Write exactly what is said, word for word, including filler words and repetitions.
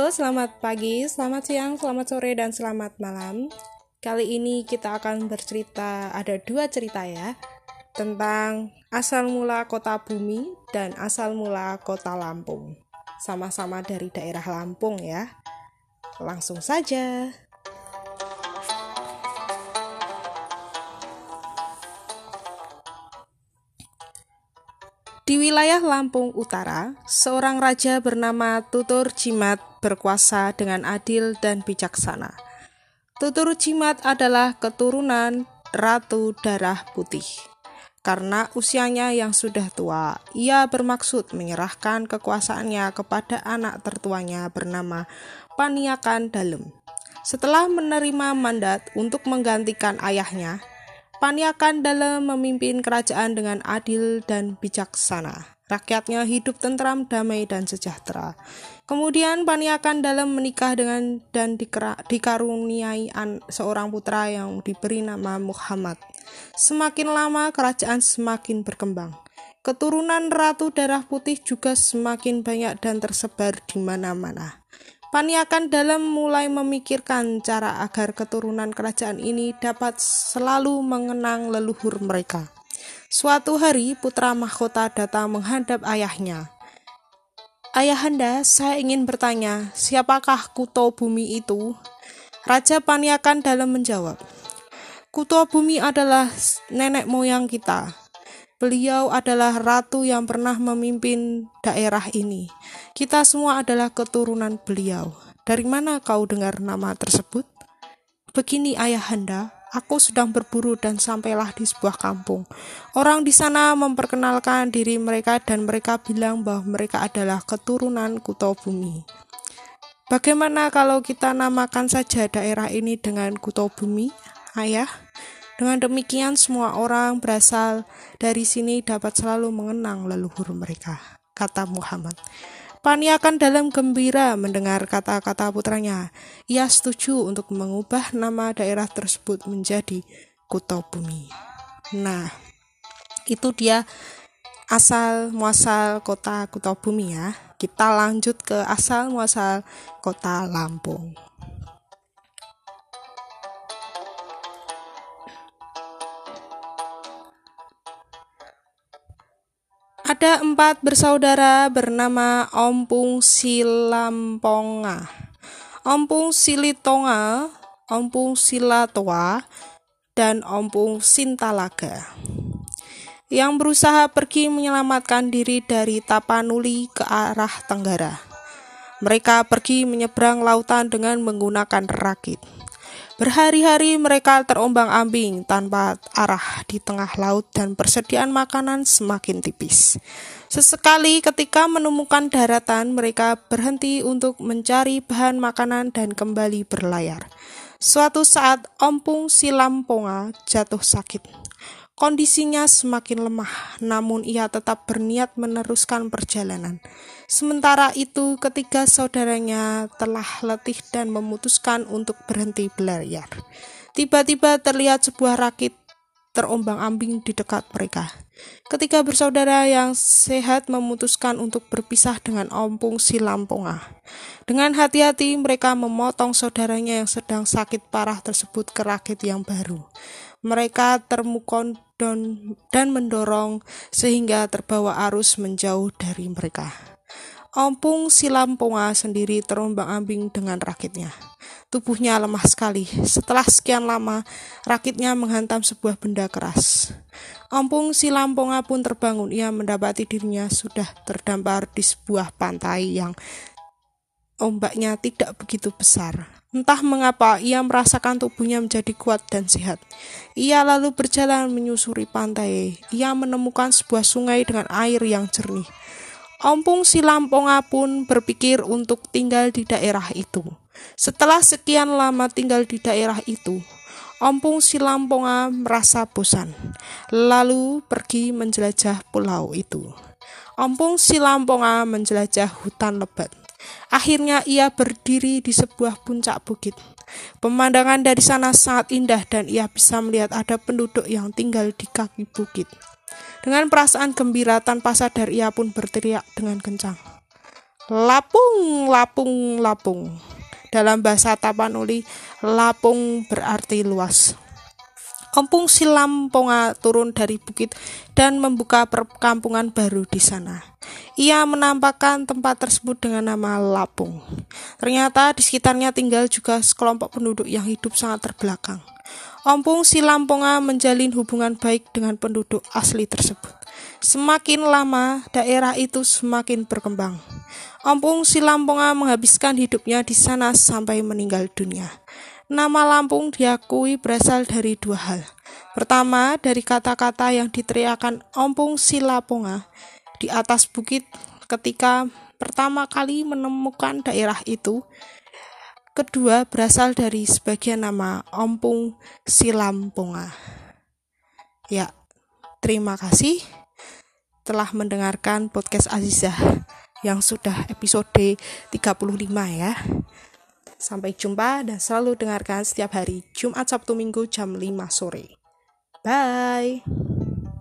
selamat pagi, selamat siang, selamat sore, dan selamat malam. Kali ini kita akan bercerita, ada dua cerita ya, tentang asal mula kota Bumi dan asal mula kota Lampung. Sama-sama dari daerah Lampung ya. Langsung saja. Di wilayah Lampung Utara, seorang raja bernama Tutur Jimat berkuasa dengan adil dan bijaksana. Tutur Jimat adalah keturunan Ratu Darah Putih. Karena usianya yang sudah tua, ia bermaksud menyerahkan kekuasaannya kepada anak tertuanya bernama Paniakan Dalem. Setelah menerima mandat untuk menggantikan ayahnya, Paniakan Dalem memimpin kerajaan dengan adil dan bijaksana. Rakyatnya hidup tentram, damai, dan sejahtera. Kemudian Paniakan Dalem menikah dengan dan dikera, dikaruniai an, seorang putra yang diberi nama Muhammad. Semakin lama kerajaan semakin berkembang. Keturunan Ratu Darah Putih juga semakin banyak dan tersebar di mana-mana. Paniakan Dalem mulai memikirkan cara agar keturunan kerajaan ini dapat selalu mengenang leluhur mereka. Suatu hari putra mahkota datang menghadap ayahnya. "Ayahanda, saya ingin bertanya, siapakah Kuto Bumi itu?" Raja Paniakan Dalem menjawab, "Kuto Bumi adalah nenek moyang kita. Beliau adalah ratu yang pernah memimpin daerah ini. Kita semua adalah keturunan beliau. Dari mana kau dengar nama tersebut?" "Begini ayahanda, aku sedang berburu dan sampailah di sebuah kampung. Orang di sana memperkenalkan diri mereka dan mereka bilang bahwa mereka adalah keturunan Kuto Bumi. Bagaimana kalau kita namakan saja daerah ini dengan Kuto Bumi, ayah? Dengan demikian semua orang berasal dari sini dapat selalu mengenang leluhur mereka," kata Muhammad. Paniakan Dalem gembira mendengar kata-kata putranya. Ia setuju untuk mengubah nama daerah tersebut menjadi Kuto Bumi. Nah, itu dia asal muasal kota Kuto Bumi ya. Kita lanjut ke asal muasal kota Lampung. Ada empat bersaudara bernama Ompung Silamponga, Ompung Silitonga, Ompung Silatoa, dan Ompung Sintalaga, yang berusaha pergi menyelamatkan diri dari Tapanuli ke arah tenggara. Mereka pergi menyeberang lautan dengan menggunakan rakit. Berhari-hari mereka terombang-ambing tanpa arah di tengah laut dan persediaan makanan semakin tipis. Sesekali ketika menemukan daratan, mereka berhenti untuk mencari bahan makanan dan kembali berlayar. Suatu saat Ompung Silamponga jatuh sakit. Kondisinya semakin lemah, namun ia tetap berniat meneruskan perjalanan. Sementara itu, ketiga saudaranya telah letih dan memutuskan untuk berhenti berlayar. Tiba-tiba terlihat sebuah rakit terombang-ambing di dekat mereka. Ketiga bersaudara yang sehat memutuskan untuk berpisah dengan Ompung Silamponga. Dengan hati-hati mereka memotong saudaranya yang sedang sakit parah tersebut ke rakit yang baru. Mereka termukon dan, dan mendorong sehingga terbawa arus menjauh dari mereka. Ompung Silamponga sendiri terombang-ambing dengan rakitnya. Tubuhnya lemah sekali. Setelah sekian lama, rakitnya menghantam sebuah benda keras. Ompung Silamponga pun terbangun. Ia mendapati dirinya sudah terdampar di sebuah pantai yang ombaknya tidak begitu besar. Entah mengapa ia merasakan tubuhnya menjadi kuat dan sehat. Ia lalu berjalan menyusuri pantai. Ia menemukan sebuah sungai dengan air yang jernih. Ompung Silamponga pun berpikir untuk tinggal di daerah itu. Setelah sekian lama tinggal di daerah itu, Ompung Silamponga merasa bosan, lalu pergi menjelajah pulau itu. Ompung Silamponga menjelajah hutan lebat. Akhirnya ia berdiri di sebuah puncak bukit. Pemandangan dari sana sangat indah dan ia bisa melihat ada penduduk yang tinggal di kaki bukit. Dengan perasaan gembira tanpa sadar ia pun berteriak dengan kencang, Lapung, lapung, lapung. Dalam bahasa Tapanuli, lapung berarti luas. Ompung Silamponga turun dari bukit dan membuka perkampungan baru di sana. Ia menampakkan tempat tersebut dengan nama Lapung. Ternyata di sekitarnya tinggal juga sekelompok penduduk yang hidup sangat terbelakang. Ompung Silamponga menjalin hubungan baik dengan penduduk asli tersebut. Semakin lama, daerah itu semakin berkembang. Ompung Silamponga menghabiskan hidupnya di sana sampai meninggal dunia. Nama Lampung diakui berasal dari dua hal. Pertama, dari kata-kata yang diteriakan Ompung Silamponga di atas bukit ketika pertama kali menemukan daerah itu. Kedua, berasal dari sebagian nama Ompung Silamponga. Ya, terima kasih telah mendengarkan podcast Azizah yang sudah episode tiga puluh lima ya. Sampai jumpa dan selalu dengarkan setiap hari Jumat, Sabtu, Minggu jam lima sore. Bye.